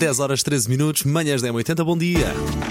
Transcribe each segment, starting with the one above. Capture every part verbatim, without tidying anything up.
dez horas treze minutos, manhãs da M oitenta, bom dia.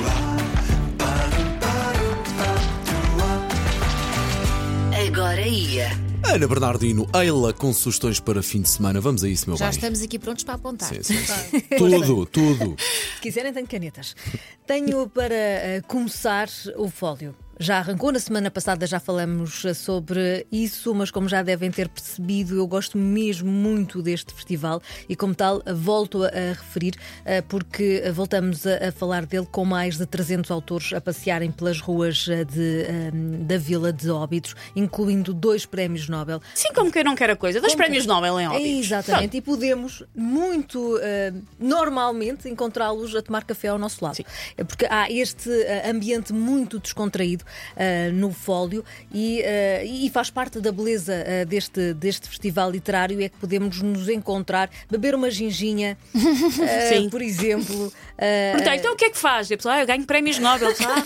Agora ia. Ana Bernardino, Eila com sugestões para fim de semana. Vamos a isso, meu Já bem. estamos aqui prontos para apontar. Sim, sim, sim. Tudo, tudo. Se quiserem, tenho canetas. Tenho para uh, começar o Fólio. Já arrancou na semana passada, já falamos sobre isso, mas como já devem ter percebido, eu gosto mesmo muito deste festival e, como tal, volto a referir, porque voltamos a falar dele com mais de trezentos autores a passearem pelas ruas de, da Vila de Óbidos, incluindo dois prémios Nobel. Sim, como quem não quer a coisa, dois Como prémios Nobel em Óbidos. Exatamente, Pronto. E podemos muito uh, normalmente encontrá-los a tomar café ao nosso lado. Sim. Porque há este uh, ambiente muito descontraído Uh, no Fólio e, uh, e faz parte da beleza uh, deste, deste festival literário, é que podemos nos encontrar, beber uma ginginha, uh, por exemplo. Uh, Portanto, então o que é que faz? A pessoa, ah, eu ganho prémios Nobel. Ah,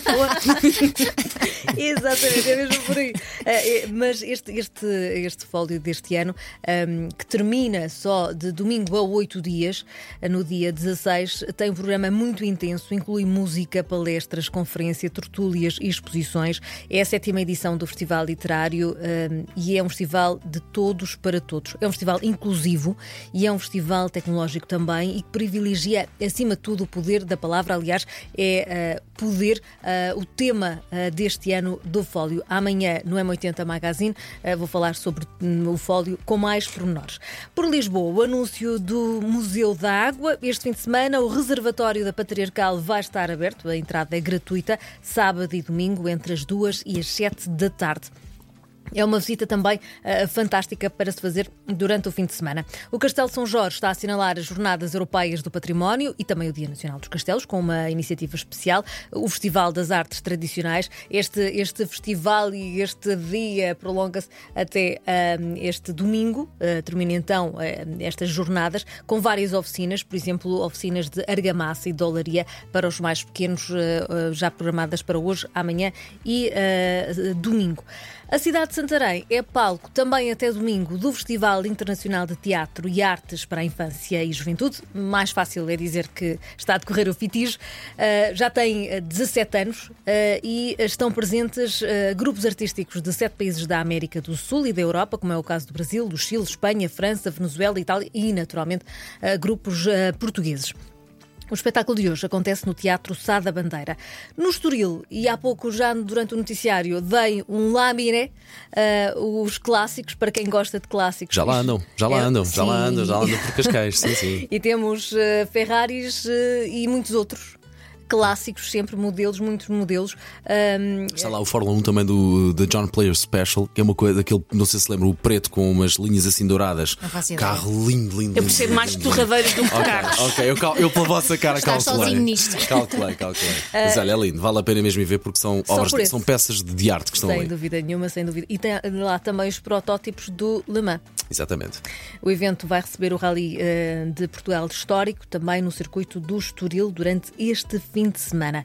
Exatamente, é mesmo por aí. Uh, mas este, este, este Fólio deste ano, um, que termina só de domingo a oito dias, uh, no dia dezasseis, tem um programa muito intenso, inclui música, palestras, conferência, tertúlias e exposições. É a sétima edição do Festival Literário um, e é um festival de todos para todos. É um festival inclusivo e é um festival tecnológico também e que privilegia, acima de tudo, o poder da palavra. Aliás, é uh, poder uh, o tema uh, deste ano do Fólio. Amanhã, no M oitenta Magazine, uh, vou falar sobre um, o Fólio com mais pormenores. Por Lisboa, o anúncio do Museu da Água. Este fim de semana, o reservatório da Patriarcal vai estar aberto. A entrada é gratuita, sábado e domingo, entre as duas e as sete da tarde. É uma visita também uh, fantástica para se fazer durante o fim de semana. O Castelo São Jorge está a assinalar as Jornadas Europeias do Património e também o Dia Nacional dos Castelos, com uma iniciativa especial, o Festival das Artes Tradicionais. Este, este festival e este dia prolonga-se até uh, este domingo. Uh, termina então uh, estas jornadas com várias oficinas, por exemplo, oficinas de argamassa e de olaria para os mais pequenos, uh, uh, já programadas para hoje, amanhã e uh, domingo. A cidade de Santarém é palco também até domingo do Festival Internacional de Teatro e Artes para a Infância e Juventude. Mais fácil é dizer que está a decorrer o Fitijo. Uh, já tem dezassete anos uh, e estão presentes uh, grupos artísticos de sete países da América do Sul e da Europa, como é o caso do Brasil, do Chile, Espanha, França, Venezuela, Itália e, naturalmente, uh, grupos uh, portugueses. O espetáculo de hoje acontece no Teatro Sá da Bandeira. No Estoril, e há pouco já durante o noticiário, dei um laminé, uh, os clássicos, para quem gosta de clássicos. Já lá andam, já lá é, andam, já lá andam, já lá andam por Cascais, sim, sim. E temos uh, Ferraris uh, e muitos outros. Clássicos, sempre modelos, muitos modelos. Um, Está lá o Fórmula um também do The John Player Special, que é uma coisa daquele, não sei se lembra, o preto com umas linhas assim douradas. Carro lindo, lindo. Eu percebo mais de torradeiras do que okay, carros. Ok, eu, cal, eu pela vossa cara Estás calculei. sozinho nisto. Calculei, calculei. Uh, Mas olha, é lindo, vale a pena mesmo ir ver porque são, obras de, são peças de, de arte que estão sem ali. Sem dúvida nenhuma, sem dúvida. E tem lá também os protótipos do Le Mans. Exatamente. O evento vai receber o Rally uh, de Portugal histórico, também no circuito do Estoril, durante este fim de semana.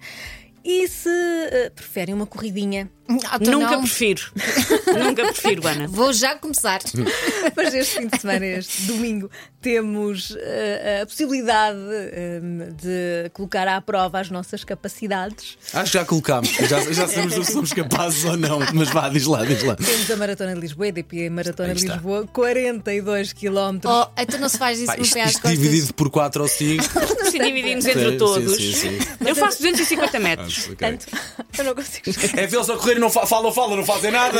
E se uh, preferem uma corridinha? Ah, então Nunca não. prefiro. Nunca prefiro, Ana. Vou já começar. Mas este fim de semana, este domingo, temos uh, a possibilidade uh, de colocar à prova as nossas capacidades. Acho que já colocámos, já, já sabemos se somos capazes ou não. Mas vá, diz lá, diz lá. Temos a Maratona de Lisboa, a E D P Maratona Aí de está. Lisboa, quarenta e dois quilómetros. Oh, então não se faz isso Pá, no isto, pé às isto costas. dividido por quatro ou cinco. Se dividimos entre Sim, todos. sim, sim, sim. Eu faço duzentos e cinquenta metros. Ok. Portanto, eu não consigo. É vê-los a correr e não fa- falam, falam, não fazem nada.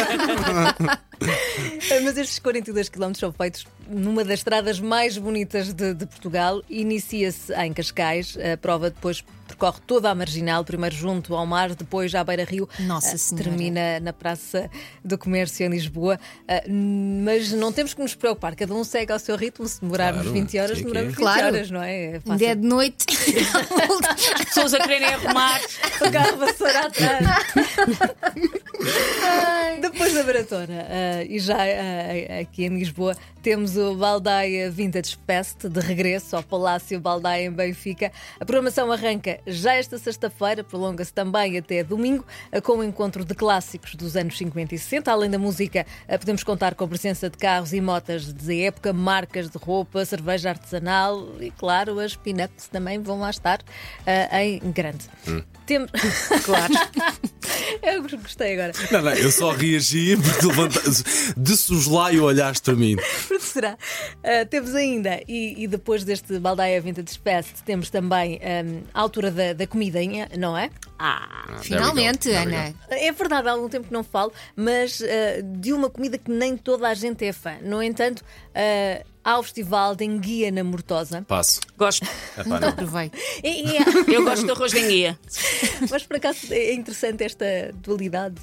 Mas estes quarenta e dois quilómetros são feitos numa das estradas mais bonitas de, de Portugal. Inicia-se em Cascais. A prova depois percorre toda a Marginal, primeiro junto ao mar, depois já à Beira-Rio. Nossa Uh, Senhora. termina na Praça do Comércio em Lisboa. Uh, mas não temos que nos preocupar. Cada um segue ao seu ritmo. Se demorarmos Claro, vinte horas, sim, demoramos sim. vinte Claro. horas, não é? É fácil. Ainda é de noite. As pessoas a quererem arrumar. O carro vassoura atrás. Depois da maratona, uh, e já uh, aqui em Lisboa, temos o Baldaia Vintage Fest de regresso ao Palácio Baldaia em Benfica. A programação arranca já esta sexta-feira, prolonga-se também até domingo, uh, com o encontro de clássicos dos anos cinquenta e sessenta. Além da música, uh, podemos contar com a presença de carros e motas de época, marcas de roupa, cerveja artesanal e, claro, as pin-ups também vão lá estar uh, em grande. Hum. Temos... Claro. Eu gostei agora. Não, não, eu só reagi porque levantaste de soslaio olhaste para mim. Será? Uh, temos ainda, e, e depois deste Baldaia Vintage Fest, temos também um, a altura da, da comidinha, não é? Ah, finalmente, Ana. É verdade, há algum tempo que não falo, mas uh, de uma comida que nem toda a gente é fã. No entanto, uh, há o festival de enguia na Mortosa. Passo. Gosto. Epá, não. Provei. E, e há- Eu gosto de arroz de enguia. Mas por acaso é interessante esta dualidade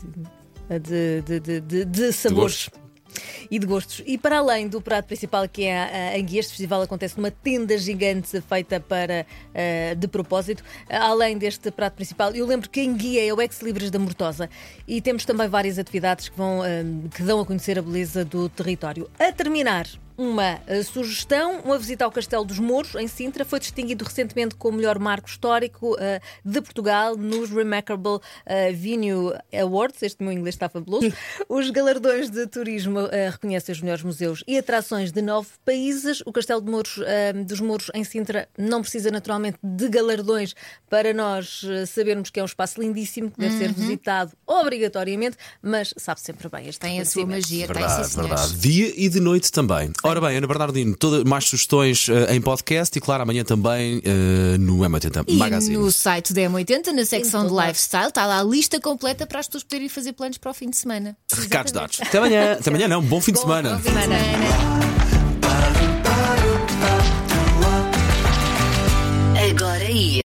de, de, de, de, de sabores. E de gostos. E para além do prato principal, que é a, a enguia, este festival acontece numa tenda gigante feita para uh, de propósito. Uh, além deste prato principal, eu lembro que a enguia é o ex-libris da Mortosa e temos também várias atividades que, vão, uh, que dão a conhecer a beleza do território. A terminar, uma uh, sugestão, uma visita ao Castelo dos Mouros, em Sintra. Foi distinguido recentemente como o melhor marco histórico uh, de Portugal nos Remarkable uh, Venue Awards. Este meu inglês está fabuloso. Os galardões de turismo uh, reconhecem os melhores museus e atrações de nove países. O Castelo de Mouros, uh, dos Mouros em Sintra não precisa naturalmente de galardões para nós uh, sabermos que é um espaço lindíssimo, que deve ser visitado obrigatoriamente, mas sabe sempre bem este Tem a sua magia, tem, Verdade, sim, senhores. verdade. Dia e de noite também. Ora bem, Ana Bernardino, toda, mais sugestões uh, em podcast e, claro, amanhã também uh, no M oitenta E Magazine. no site da M oitenta, na secção de todo lado. lifestyle, está lá a lista completa para as pessoas poderem fazer planos para o fim de semana. Recados dados. Até amanhã. Até amanhã, não. Bom fim de semana. Bom fim de semana. Agora ia.